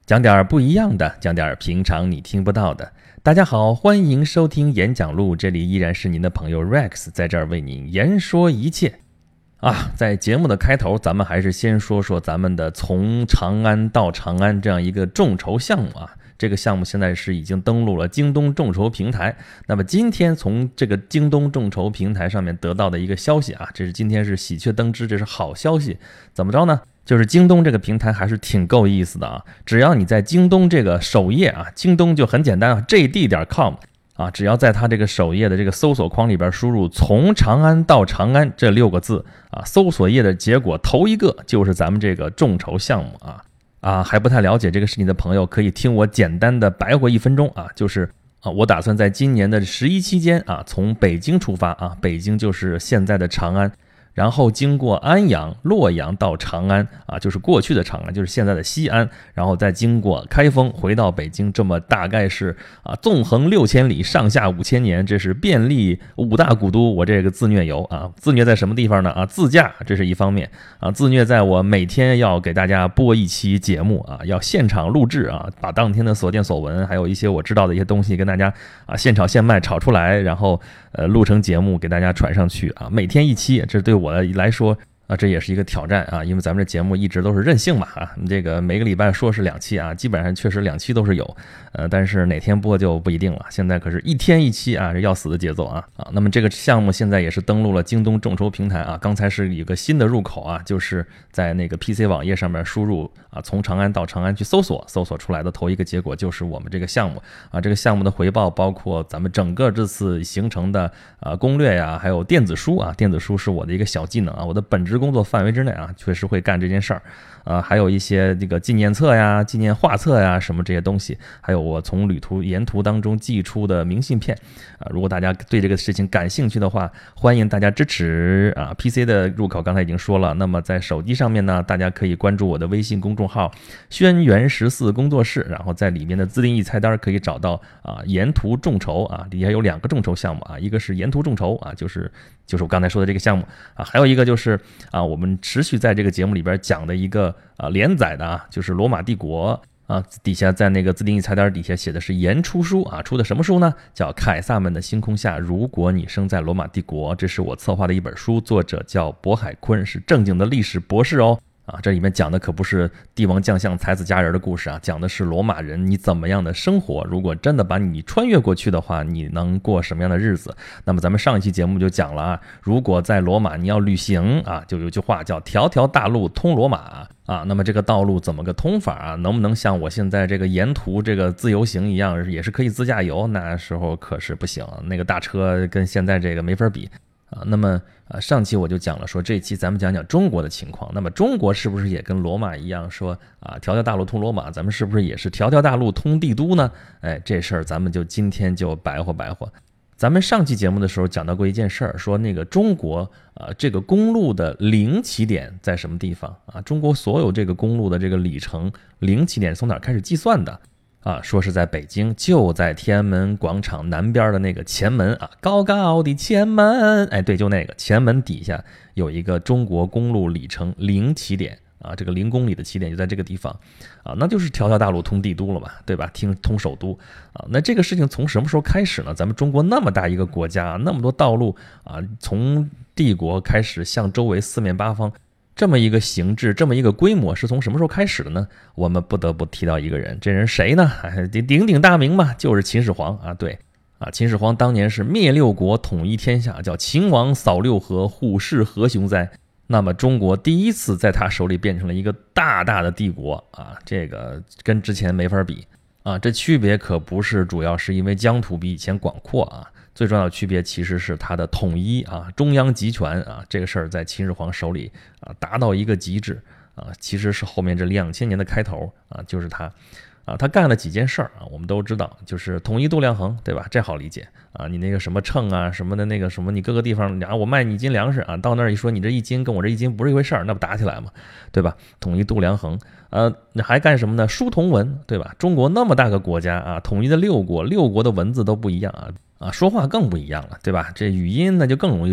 讲点不一样的，讲点平常你听不到的。大家好，欢迎收听演讲录，这里依然是您的朋友 Rex， 在这儿为您言说一切。在节目的开头，咱们还是先说说咱们的从长安到长安这样一个众筹项目啊。这个项目现在是已经登录了京东众筹平台。那么今天从这个京东众筹平台上面得到的一个消息啊，这是今天是喜鹊登枝，这是好消息。怎么着呢？就是京东这个平台还是挺够意思的啊！只要你在京东这个首页啊，京东就很简单啊 ，jd.com 啊，只要在它这个首页的这个搜索框里边输入"从长安到长安"这6个字啊，搜索页的结果头一个就是咱们这个众筹项目还不太了解这个事情的朋友，可以听我简单的白活1分钟啊，就是我打算在今年的11期间啊，从北京出发啊，北京就是现在的长安。然后经过安阳、洛阳到长安啊，就是过去的长安，就是现在的西安，然后再经过开封回到北京，这么大概是纵横6000里，上下5000年，这是遍历5大古都。我这个自虐游啊，自虐在什么地方呢？自驾这是一方面啊，自虐在我每天要给大家播一期节目啊，要现场录制啊，把当天的所见所闻，还有一些我知道的一些东西跟大家现炒现卖炒出来，然后录成节目给大家传上去啊，每天一期，这对我来说这也是一个挑战啊，因为咱们这节目一直都是任性嘛这个每个礼拜说是2期啊，基本上确实2期都是有，但是哪天播就不一定了。现在可是1天1期啊，这要死的节奏啊。那么这个项目现在也是登录了京东众筹平台啊，刚才是有个新的入口啊，就是在那个 PC 网页上面输入从长安到长安去搜索出来的头一个结果就是我们这个项目啊。这个项目的回报包括咱们整个这次行程的攻略呀，还有电子书啊，电子书是我的一个小技能啊，我的本职工作范围之内啊，确实会干这件事儿还有一些这个纪念册呀、纪念画册呀什么这些东西，还有我从沿途当中寄出的明信片如果大家对这个事情感兴趣的话，欢迎大家支持PC 的入口刚才已经说了，那么在手机上面呢，大家可以关注我的微信公众号轩辕14工作室，然后在里面的自定义菜单可以找到沿途众筹底下有2个众筹项目一个是沿途众筹就是我刚才说的这个项目还有一个就是我们持续在这个节目里边讲的一个连载的就是罗马帝国底下在那个自定义菜单底下写的是言出书出的什么书呢？叫《凯撒们的星空下，如果你生在罗马帝国》，这是我策划的一本书，作者叫渤海坤，是正经的历史博士哦。这里面讲的可不是帝王将相才子佳人的故事讲的是罗马人你怎么样的生活，如果真的把你穿越过去的话，你能过什么样的日子。那么咱们上一期节目就讲了如果在罗马你要旅行就有句话叫条条大路通罗马那么这个道路怎么个通法能不能像我现在这个沿途这个自由行一样，也是可以自驾游？那时候可是不行，那个大车跟现在这个没法比那么上期我就讲了说这期咱们讲讲中国的情况，那么中国是不是也跟罗马一样说条条大路通罗马，咱们是不是也是条条大路通帝都呢？这事儿咱们就今天就白话。咱们上期节目的时候讲到过一件事儿，说那个中国这个公路的零起点在什么地方中国所有这个公路的这个里程零起点从哪儿开始计算的说是在北京，就在天安门广场南边的那个前门高高的前门，对，就那个前门底下有一个中国公路里程零起点这个0公里的起点就在这个地方那就是条条大路通帝都了嘛，对吧？通首都那这个事情从什么时候开始呢？咱们中国那么大一个国家，那么多道路从帝国开始向周围四面八方这么一个形制，这么一个规模是从什么时候开始的呢？我们不得不提到一个人，这人谁呢？鼎鼎大名嘛，就是秦始皇对秦始皇当年是灭6国统一天下，叫秦王扫6合，虎视何雄哉。那么中国第一次在他手里变成了一个大大的帝国这个跟之前没法比这区别可不是主要是因为疆土比以前广阔最重要的区别其实是它的统一中央集权这个事儿在秦始皇手里达到一个极致其实是后面这2000年的开头就是他干了几件事儿我们都知道，就是统一度量衡，对吧？这好理解你那个什么秤什么的那个什么，你各个地方我卖你1斤粮食到那儿一说你这1斤跟我这1斤不是一回事儿，那不打起来吗？对吧？统一度量衡还干什么呢？书同文，对吧？中国那么大个国家统一的6国的文字都不一样说话更不一样了，对吧？这语音那就更容易变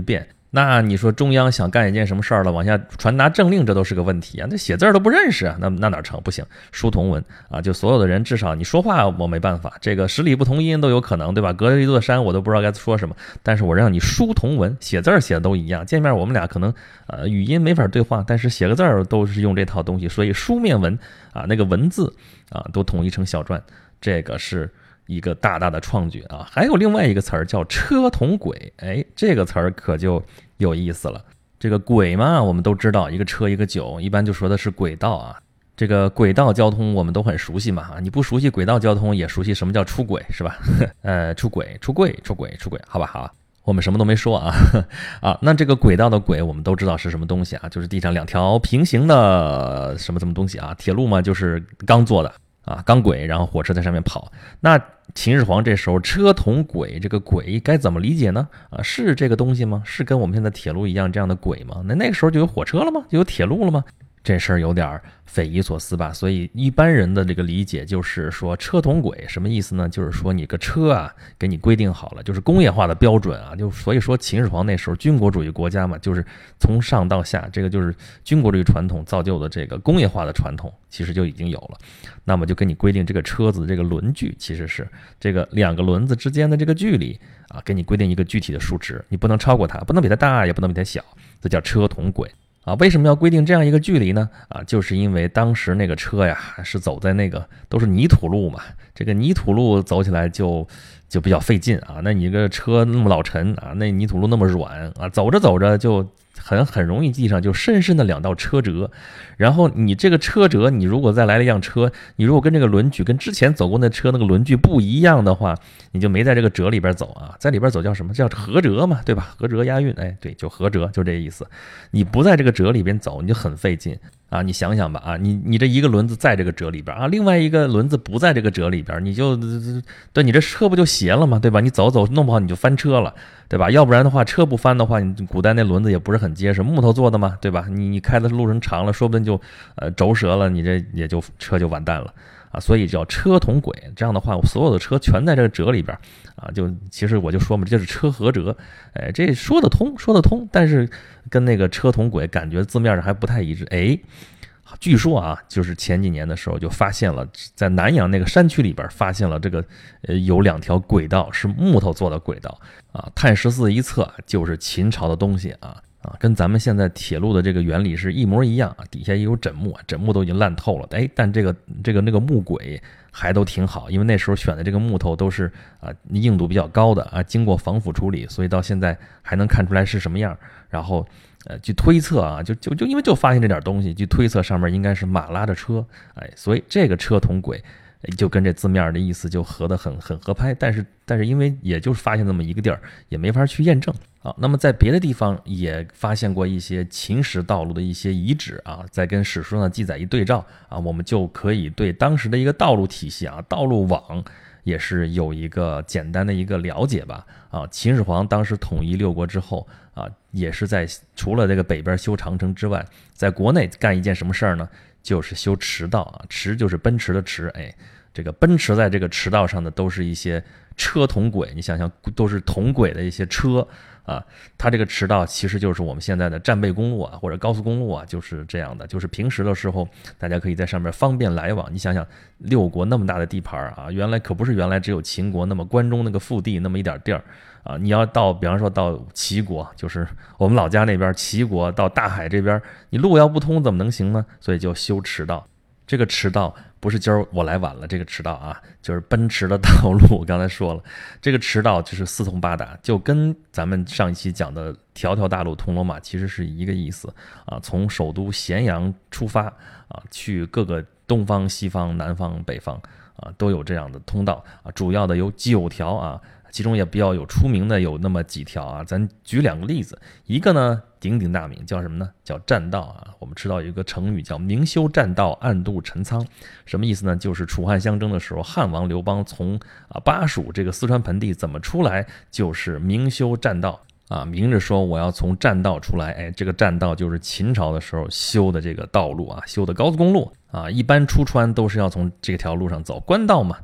那你说中央想干一件什么事儿了，往下传达政令，这都是个问题啊！这写字儿都不认识啊，那哪成？不行，书同文啊！就所有的人，至少你说话我没办法，这个十里不同音都有可能，对吧？隔着一座山我都不知道该说什么，但是我让你书同文，写字儿写的都一样。见面我们俩可能语音没法对话，但是写个字儿都是用这套东西，所以书面文啊，那个文字啊都统一成小篆，这个是一个大大的创举啊！还有另外一个词儿叫车同轨，哎，这个词儿可就有意思了。这个轨嘛，我们都知道，一个车一个九，一般就说的是轨道啊。这个轨道交通我们都很熟悉嘛，你不熟悉轨道交通，也熟悉什么叫出轨是吧？出轨，好吧，好吧，我们什么都没说啊啊。那这个轨道的轨，我们都知道是什么东西啊？就是地上两条平行的什么东西啊？铁路嘛，就是钢做的。啊，钢轨，然后火车在上面跑。那秦始皇这时候车同轨，这个轨该怎么理解呢？啊，是这个东西吗？是跟我们现在铁路一样这样的轨吗？那个时候就有火车了吗？就有铁路了吗？这事儿有点匪夷所思吧。所以一般人的这个理解就是说车同轨什么意思呢？就是说你个车啊给你规定好了，就是工业化的标准啊。就所以说秦始皇那时候军国主义国家嘛，就是从上到下，这个就是军国主义传统造就的这个工业化的传统，其实就已经有了。那么就给你规定这个车子这个轮距其实是这个两个轮子之间的这个距离啊，给你规定一个具体的数值，你不能超过它，不能比它大，也不能比它小，这叫车同轨。啊，为什么要规定这样一个距离呢？啊，就是因为当时那个车呀是走在那个都是泥土路嘛，这个泥土路走起来就比较费劲啊。那你这个车那么老沉啊，那泥土路那么软啊，走着走着就很容易地上就深深的两道车辙，然后你这个车辙，你如果再来了一辆车，你如果跟这个轮距跟之前走过那车那个轮距不一样的话，你就没在这个辙里边走啊，在里边走叫什么？叫合辙嘛，对吧？合辙押韵，哎，对，就合辙，就这意思。你不在这个辙里边走，你就很费劲啊。你想想吧啊，你这一个轮子在这个辙里边啊，另外一个轮子不在这个辙里边，你就对你这车不就斜了吗？对吧？你走弄不好你就翻车了。对吧？要不然的话，车不翻的话，你古代那轮子也不是很结实，木头做的嘛，对吧？你开的路程长了，说不定就轴折了，你这也就车就完蛋了啊！所以叫车同轨，这样的话，所有的车全在这个辙里边啊，就其实我就说嘛，这就是车合辙，哎，这说得通，但是跟那个车同轨感觉字面上还不太一致，哎。据说啊，就是前几年的时候就发现了，在南阳那个山区里边发现了这个有两条轨道是木头做的轨道啊。碳14一测就是秦朝的东西啊，跟咱们现在铁路的这个原理是一模一样啊。底下也有枕木，枕木都已经烂透了，哎，但那个木轨还都挺好，因为那时候选的这个木头都是硬度比较高的啊，经过防腐处理，所以到现在还能看出来是什么样。然后据推测啊，就因为就发现这点东西，据推测上面应该是马拉着车，哎，所以这个车同轨就跟这字面的意思就合得很合拍，但是因为也就是发现那么一个地儿，也没法去验证啊。那么在别的地方也发现过一些秦时道路的一些遗址啊，再跟史书上的记载一对照啊，我们就可以对当时的一个道路体系啊，道路网也是有一个简单的一个了解吧啊。秦始皇当时统一六国之后啊，也是在除了这个北边修长城之外，在国内干一件什么事儿呢？就是修驰道啊，驰就是奔驰的驰，哎，这个奔驰在这个驰道上的都是一些车同轨，你想想都是同轨的一些车啊，它这个驰道其实就是我们现在的战备公路啊，或者高速公路啊，就是这样的，就是平时的时候大家可以在上面方便来往。你想想六国那么大的地盘啊，原来可不是原来只有秦国那么关中那个腹地那么一点地儿啊，你要到比方说到齐国，就是我们老家那边齐国到大海这边，你路要不通怎么能行呢？所以就修驰道。这个驰道不是今儿我来晚了，这个驰道啊，就是奔驰的道路。我刚才说了，这个驰道就是四通八达，就跟咱们上一期讲的条条大路通罗马其实是一个意思啊。从首都咸阳出发啊，去各个东方、西方、南方、北方啊，都有这样的通道啊。主要的有9条啊，其中也比较有出名的有那么几条啊。咱举2个例子，一个呢鼎鼎大名，叫什么呢？叫栈道啊。我们知道有一个成语叫明修栈道，暗度陈仓，什么意思呢？就是楚汉相争的时候，汉王刘邦从巴蜀这个四川盆地怎么出来，就是明修栈道啊，明着说我要从栈道出来，哎，这个栈道就是秦朝的时候修的这个道路啊，修的高速公路啊，一般出川都是要从这条路上走，官道嘛。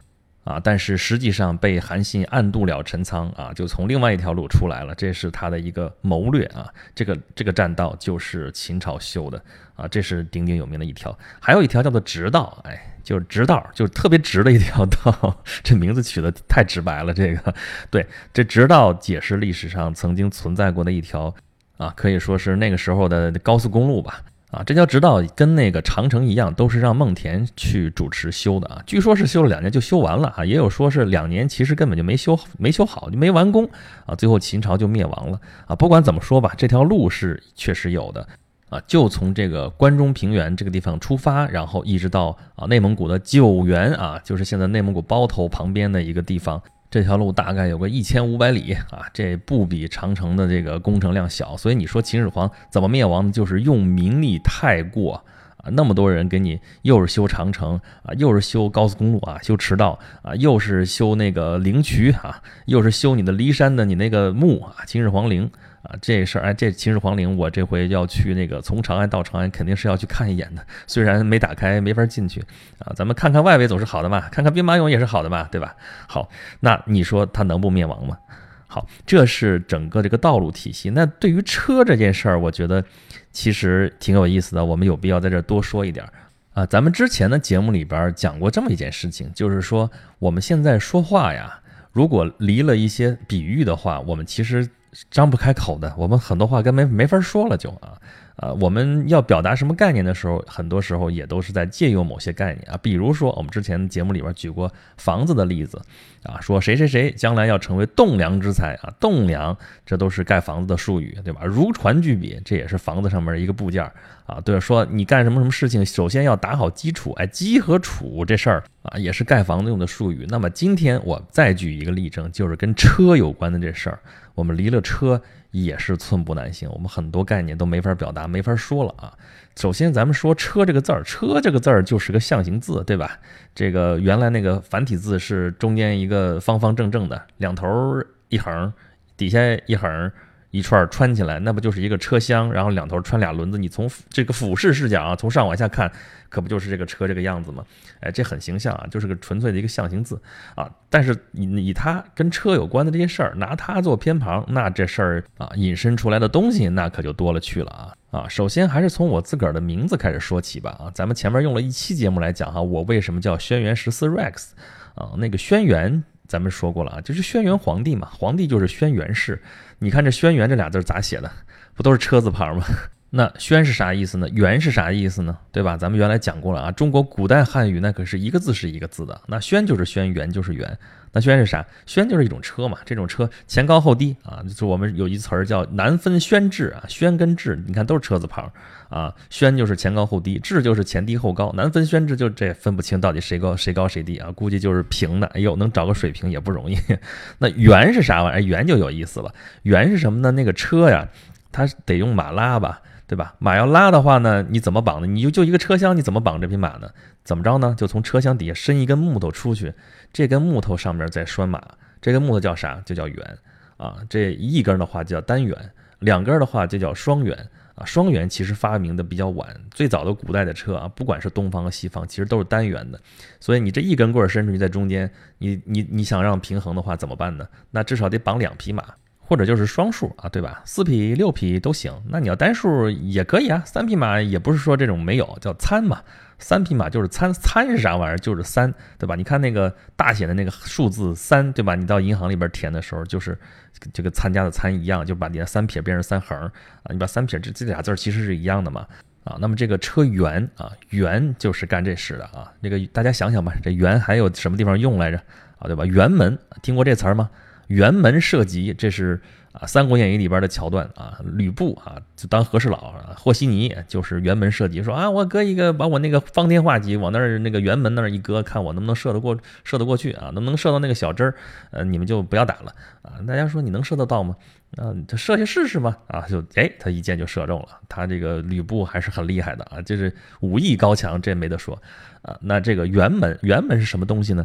但是实际上被韩信暗度了陈仓就从另外一条路出来了，这是他的一个谋略这个栈道就是秦朝修的这是鼎鼎有名的一条。还有一条叫做直道，就是直道，就是特别直的一条道，这名字取得太直白了。这直道也是历史上曾经存在过的一条可以说是那个时候的高速公路吧。这条直道跟那个长城一样，都是让孟田去主持修的据说是修了2年就修完了也有说是2年其实根本就没修好，就没完工最后秦朝就灭亡了不管怎么说吧，这条路是确实有的就从这个关中平原这个地方出发，然后一直到内蒙古的九原就是现在内蒙古包头旁边的一个地方。这条路大概有个1500里这不比长城的这个工程量小，所以你说秦始皇怎么灭亡呢？就是用民力太过那么多人给你又是修长城又是修高速公路修驰道又是修那个灵渠又是修你的骊山的你那个墓秦始皇陵这事儿这秦始皇陵我这回要去那个从长安到长安肯定是要去看一眼的，虽然没打开没法进去咱们看看外围总是好的嘛，看看兵马俑也是好的嘛，对吧？好，那你说它能不灭亡吗？好，这是整个这个道路体系。那对于车这件事儿，我觉得其实挺有意思的，我们有必要在这儿多说一点咱们之前的节目里边讲过这么一件事情，就是说我们现在说话呀，如果离了一些比喻的话，我们其实张不开口的，我们很多话根本没法说了就我们要表达什么概念的时候，很多时候也都是在借用某些概念比如说我们之前节目里边举过房子的例子说谁谁谁将来要成为栋梁之才栋梁这都是盖房子的术语，对吧？如椽巨笔，这也是房子上面的一个部件对，说你干什么什么事情，首先要打好基础基和础这事儿也是盖房子用的术语。那么今天我再举一个例证，就是跟车有关的这事儿，我们离了车也是寸步难行，我们很多概念都没法表达没法说了首先咱们说车这个字儿，车这个字儿就是个象形字，对吧？这个原来那个繁体字是中间一个方方正正的，两头一横，底下一横一串穿起来，那不就是一个车厢，然后两头穿俩轮子，你从这个俯视视角从上往下看，可不就是这个车这个样子吗？这很形象就是个纯粹的一个象形字但是以它跟车有关的这些事儿，拿它做偏旁，那这事儿引申出来的东西那可就多了去了首先还是从我自个儿的名字开始说起吧咱们前面用了一期节目来讲我为什么叫轩辕14 Rex 那个轩辕咱们说过了就是轩辕皇帝嘛，皇帝就是轩辕氏。你看这轩辕这俩字咋写的，不都是车字旁吗？那轩是啥意思呢？辕是啥意思呢？对吧？咱们原来讲过了中国古代汉语那可是一个字是一个字的，那轩就是轩，辕就是辕。那轩是啥？轩就是一种车嘛，这种车前高后低就是我们有一词儿叫难分轩轾轩跟轾你看都是车字旁轩就是前高后低，轾就是前低后高，难分轩轾就这分不清到底谁高谁低估计就是平的，能找个水平也不容易。那辕是啥玩意儿？辕就有意思了，辕是什么呢？那个车呀，它得用马拉吧，对吧？马要拉的话呢，你怎么绑呢？你就一个车厢，你怎么绑这匹马呢？怎么着呢？就从车厢底下伸一根木头出去，这根木头上面再拴马，这根木头叫啥？就叫辕这一根的话就叫单辕，两根的话就叫双辕双辕其实发明的比较晚，最早的古代的车不管是东方和西方，其实都是单辕的。所以你这一根棍伸出去在中间，你想让平衡的话怎么办呢？那至少得绑2匹马。或者就是双数对吧？4匹6匹都行。那你要单数也可以3匹马也不是说这种没有，叫参嘛。3匹马就是参，参是啥玩意儿？就是3，对吧？你看那个大写的那个数字3，对吧？你到银行里边填的时候，就是这个参加的参一样，就把你的3撇变成3横你把3撇这俩字其实是一样的嘛那么这个车辕辕就是干这事的这个大家想想吧，这辕还有什么地方用来着对吧？辕门听过这词儿吗？辕门射戟，这是三国演义》里边的桥段吕布就当和事佬和稀泥就是辕门射戟，说我搁一个把我那个方天画戟往那儿那个辕门那儿一搁，看我能不能射得过去能不能射到那个小针儿你们就不要打了大家说你能射得到吗？他射下试试嘛就他一箭就射中了。他这个吕布还是很厉害的就是武艺高强，这没得说那这个辕门是什么东西呢？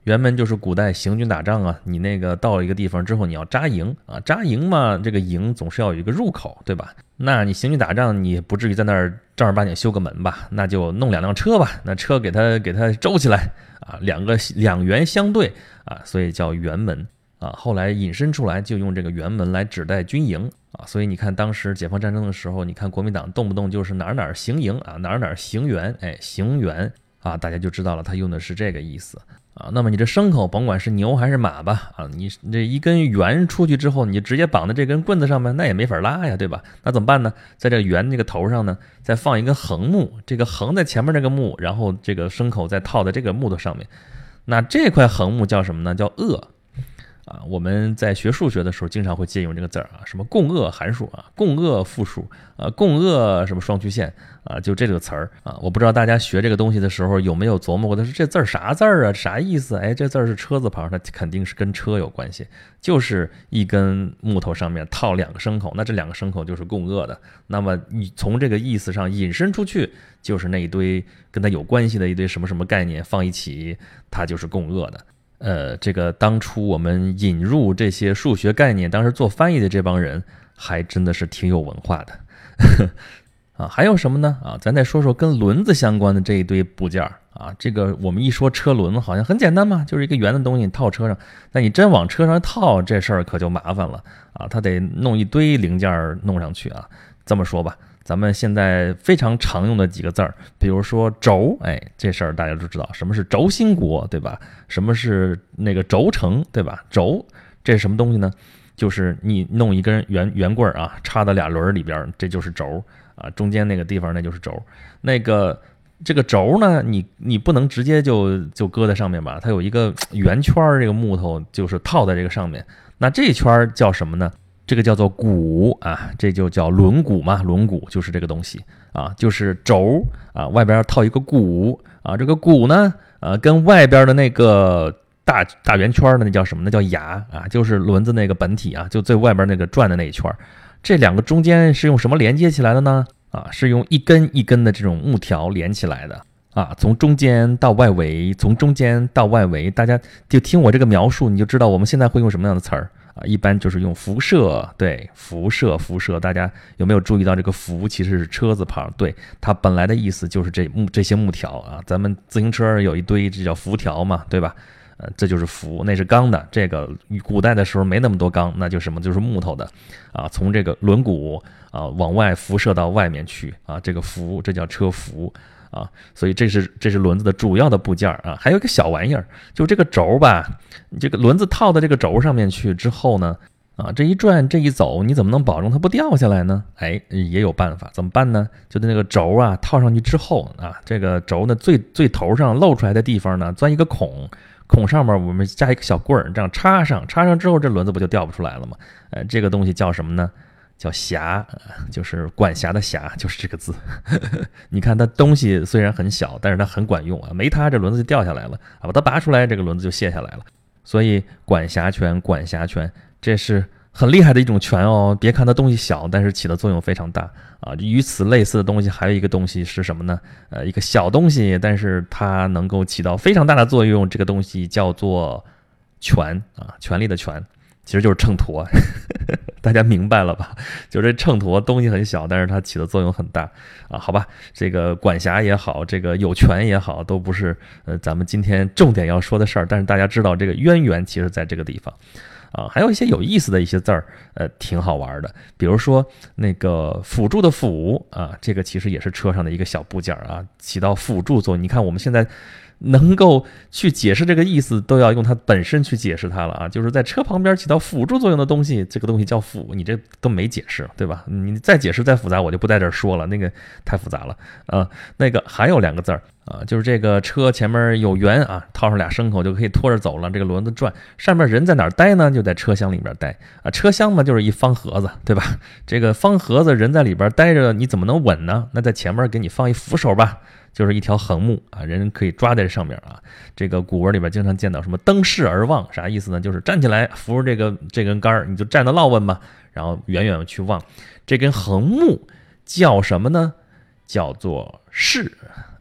辕门就是古代行军打仗啊，你那个到了一个地方之后，你要扎营啊，扎营嘛，这个营总是要有一个入口，对吧？那你行军打仗，你不至于在那儿正儿八经修个门吧？那就弄2辆车吧，那车给它周起来啊，两辕相对啊，所以叫辕门啊。后来引申出来就用这个辕门来指代军营啊，所以你看当时解放战争的时候，你看国民党动不动就是哪儿行营啊，哪儿行辕，哎，行辕啊，大家就知道了，他用的是这个意思。啊，那么你这牲口甭管是牛还是马吧，啊，你这一根辕出去之后，你就直接绑在这根棍子上面，那也没法拉呀，对吧？那怎么办呢？在这辕那个头上呢，再放一根横木，这个横在前面这个木，然后这个牲口再套在这个木头上面。那这块横木叫什么呢？叫萼。啊，我们在学数学的时候经常会借用这个字儿啊，什么共轭函数啊，共轭复数啊，共轭什么双曲线啊，就这个词儿啊，我不知道大家学这个东西的时候有没有琢磨过，这字儿啥字儿啊，啥意思？哎，这字儿是车字旁，它肯定是跟车有关系，就是一根木头上面套2个牲口，那这2个牲口就是共轭的。那么你从这个意思上引申出去，就是那一堆跟它有关系的一堆什么什么概念放一起，它就是共轭的。这个当初我们引入这些数学概念，当时做翻译的这帮人还真的是挺有文化的啊。还有什么呢？啊，咱再说说跟轮子相关的这一堆部件啊。这个我们一说车轮好像很简单嘛，就是一个圆的东西套车上，但你真往车上套，这事儿可就麻烦了啊，它得弄一堆零件弄上去啊。这么说吧，咱们现在非常常用的几个字儿，比如说轴，哎，这事儿大家都知道，什么是轴心国，对吧？什么是那个轴承，对吧？轴这是什么东西呢？就是你弄一根圆棍啊，插到2轮里边，这就是轴啊，中间那个地方那就是轴。这个轴呢，你不能直接就搁在上面吧？它有一个圆圈，这个木头就是套在这个上面。那这一圈叫什么呢？这个叫做骨啊，这就叫轮毂嘛，轮毂就是这个东西啊，就是轴啊，外边套一个毂啊，这个毂呢，跟外边的那个大圆圈的那叫什么？那叫牙啊，就是轮子那个本体啊，就最外边那个转的那一圈。这2个中间是用什么连接起来的呢？啊，是用一根一根的这种木条连起来的啊，从中间到外围，从中间到外围，大家就听我这个描述，你就知道我们现在会用什么样的词儿。啊，一般就是用辐射，对，辐射，大家有没有注意到这个辐其实是车字旁？对，它本来的意思就是这些木条啊，咱们自行车有一堆，这叫辐条嘛，对吧？这就是辐，那是钢的。这个古代的时候没那么多钢，那就什么就是木头的啊，从这个轮毂啊往外辐射到外面去啊，这个辐，这叫车辐。啊，所以这是轮子的主要的部件啊，还有一个小玩意儿，就这个轴吧，这个轮子套到这个轴上面去之后呢，啊，这一转这一走，你怎么能保证它不掉下来呢？哎，也有办法，怎么办呢？就那个轴啊套上去之后啊，这个轴呢最头上露出来的地方呢，钻一个孔上面我们加一个小棍儿，这样插上之后，这轮子不就掉不出来了吗？这个东西叫什么呢？叫匣，就是管辖的匣，就是这个字。你看它东西虽然很小，但是它很管用啊，没它这轮子就掉下来了啊，把它拔出来，这个轮子就卸下来了。所以管辖权，这是很厉害的一种权哦。别看它东西小，但是起的作用非常大啊。与此类似的东西还有一个东西是什么呢？一个小东西，但是它能够起到非常大的作用，这个东西叫做权啊，权力的权。其实就是秤砣，大家明白了吧？就是这秤砣东西很小，但是它起的作用很大啊。好吧，这个管辖也好，这个有权也好，都不是咱们今天重点要说的事儿。但是大家知道这个渊源其实在这个地方啊。还有一些有意思的一些字儿，挺好玩的。比如说那个辅助的辅啊，这个其实也是车上的一个小部件啊，起到辅助作用。你看我们现在能够去解释这个意思，都要用它本身去解释它了啊！就是在车旁边起到辅助作用的东西，这个东西叫辅，你这都没解释，对吧？你再解释再复杂，我就不在这儿说了，那个太复杂了啊。那个还有2个字儿啊，就是这个车前面有辕啊，套上2牲口就可以拖着走了，这个轮子转，上面人在哪儿待呢？就在车厢里边待啊。车厢嘛，就是一方盒子，对吧？这个方盒子人在里边待着，你怎么能稳呢？那在前面给你放一扶手吧。就是一条横木啊，人可以抓在这上面啊。这个古文里边经常见到什么登势而望，啥意思呢？就是站起来扶着这根杆，你就站得落稳嘛，然后远远去望。这根横木叫什么呢？叫做势。哎，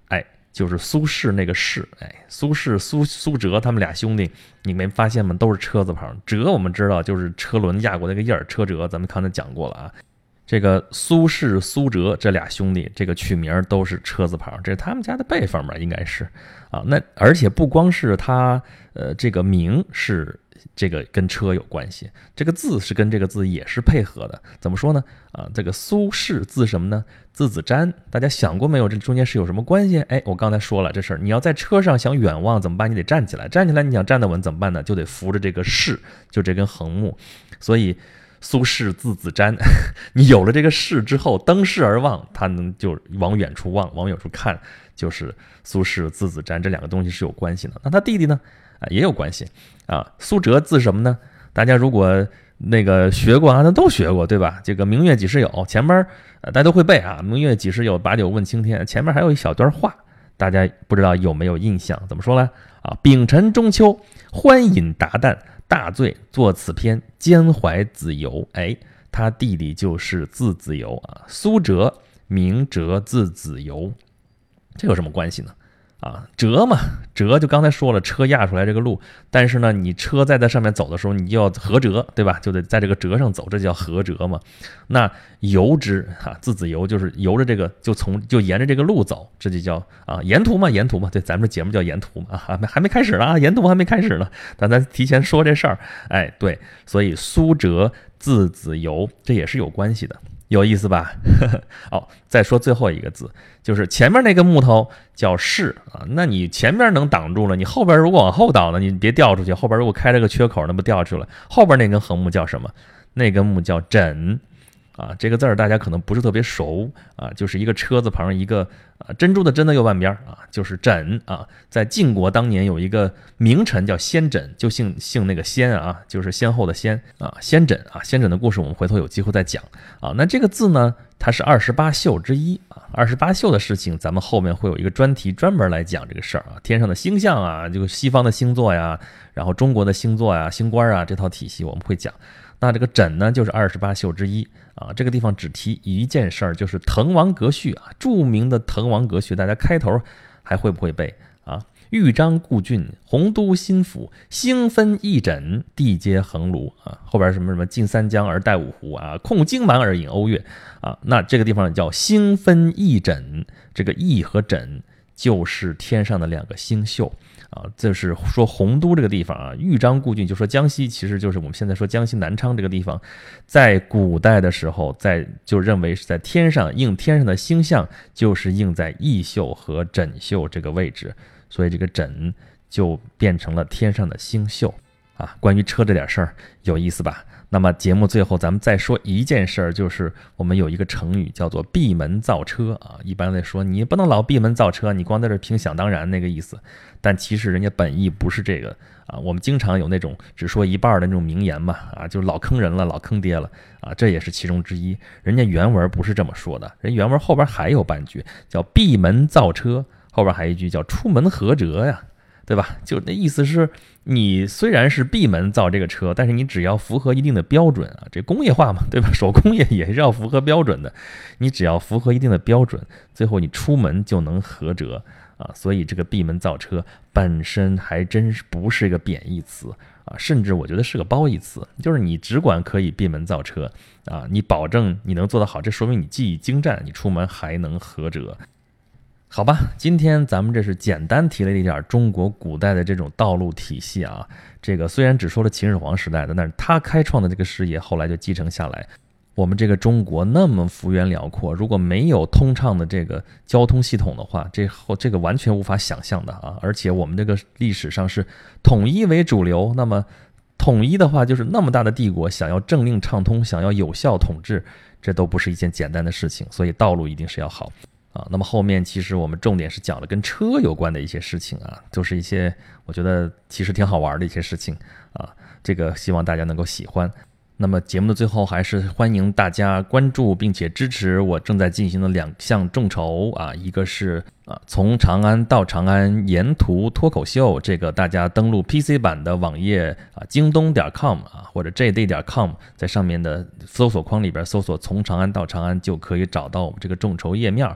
就是苏轼那个轼，苏轼苏辙他们俩兄弟，你没发现吗？都是车字旁。辙我们知道就是车轮压过那个印儿，车辙咱们刚才讲过了啊。这个苏轼、苏辙这俩兄弟，这个取名都是车字旁，这是他们家的辈分吧，应该是啊。那而且不光是他，这个名是这个跟车有关系，这个字是跟这个字也是配合的。怎么说呢？啊，这个苏轼字什么呢？字子瞻，大家想过没有？这中间是有什么关系？我刚才说了这事儿，你要在车上想远望怎么办？你得站起来，站起来你想站得稳怎么办呢？就得扶着这个轼，就这根横木，所以。苏轼字子瞻，你有了这个轼之后，登轼而望，他能就往远处望，往远处看，就是苏轼字子瞻，这两个东西是有关系的。那他弟弟呢？也有关系啊。苏辙字什么呢？大家如果那个学过啊，那都学过对吧？这个明月几时有，前面大家都会背啊。明月几时有，把酒问青天。前面还有一小段话，大家不知道有没有印象？怎么说呢？啊，丙辰中秋，欢饮达旦。大醉作此篇，兼怀子由。他弟弟就是字子由啊，苏辙名辙，字子由，这有什么关系呢？啊，辙嘛，辙就刚才说了，车压出来这个路，但是呢，你车在上面走的时候，你就要合辙，对吧？就得在这个辙上走，这叫合辙嘛。那由之啊，字子由就是由着这个，就沿着这个路走，这就叫啊沿途嘛，沿途嘛。对，咱们这节目叫沿途嘛，还没开始呢啊，沿途还没开始呢，但咱提前说这事儿，对，所以苏辙字子由，这也是有关系的。有意思吧？再说最后一个字，就是前面那个木头叫轼啊，那你前面能挡住了，你后边如果往后倒呢，你别掉出去，后边如果开了个缺口，那不掉出去了。后边那根横木叫什么？那根木叫枕啊，这个字儿大家可能不是特别熟啊，就是一个车字旁一个珍珠的珍的右半边啊，就是枕啊。在晋国当年有一个名臣叫先轸，就姓那个先啊，就是先后的先啊，先轸啊，先轸的故事我们回头有机会再讲啊。那这个字呢，它是28宿之一啊，28宿的事情咱们后面会有一个专题专门来讲这个事儿啊，天上的星象啊，就西方的星座呀，然后中国的星座呀、星官啊这套体系我们会讲。那这个枕呢，就是28宿之一啊。这个地方只提一件事儿，就是滕王阁序啊，著名的滕王阁序，大家开头还会不会背啊？豫章故郡，洪都新府，星分翼轸，地接衡庐啊。后边什么进三江而带五湖啊，控荆蛮而引瓯越啊。那这个地方叫星分翼轸，这个翼和轸就是天上的两个星宿。这是说洪都这个地方啊，豫章故郡就说江西，其实就是我们现在说江西南昌这个地方，在古代的时候，就认为是在天上应天上的星象，就是应在翼宿和枕宿这个位置，所以这个枕就变成了天上的星宿啊。关于车这点事儿有意思吧？那么节目最后咱们再说一件事儿，就是我们有一个成语叫做闭门造车啊。一般来说你不能老闭门造车，你光在这凭想当然那个意思，但其实人家本意不是这个啊。我们经常有那种只说一半的那种名言嘛啊，就是老坑人了，老坑爹了啊，这也是其中之一。人家原文不是这么说的，人原文后边还有半句叫闭门造车，后边还一句叫出门合辙呀，对吧？就那意思是，你虽然是闭门造这个车，但是你只要符合一定的标准啊，这工业化嘛，对吧？手工业也是要符合标准的，你只要符合一定的标准，最后你出门就能合辙啊。所以这个闭门造车本身还真不是一个贬义词啊，甚至我觉得是个褒义词，就是你只管可以闭门造车啊，你保证你能做得好，这说明你技艺精湛，你出门还能合辙。好吧，今天咱们这是简单提了一点中国古代的这种道路体系啊。这个虽然只说了秦始皇时代的，但是他开创的这个事业后来就继承下来。我们这个中国那么幅员辽阔，如果没有通畅的这个交通系统的话，这个完全无法想象的啊。而且我们这个历史上是统一为主流，那么统一的话就是那么大的帝国，想要政令畅通，想要有效统治，这都不是一件简单的事情，所以道路一定是要好啊。那么后面其实我们重点是讲了跟车有关的一些事情啊，就是一些我觉得其实挺好玩的一些事情啊，这个希望大家能够喜欢。那么节目的最后还是欢迎大家关注并且支持我正在进行的2项众筹啊，一个是从长安到长安沿途脱口秀，这个大家登录 PC 版的网页京东.com 或者 JD.com， 在上面的搜索框里边搜索从长安到长安就可以找到我们这个众筹页面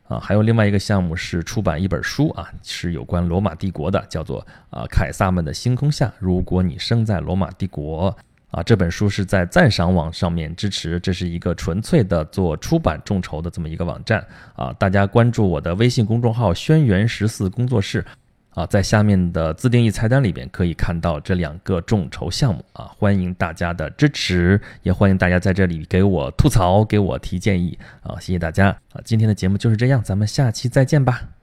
还有另外一个项目是出版一本书是有关罗马帝国的，叫做凯撒们的星空下，如果你生在罗马帝国。这本书是在赞赏网上面支持，这是一个纯粹的做出版众筹的这么一个网站大家关注我的微信公众号轩辕14工作室在下面的自定义菜单里边可以看到这2个众筹项目欢迎大家的支持，也欢迎大家在这里给我吐槽，给我提建议谢谢大家今天的节目就是这样，咱们下期再见吧。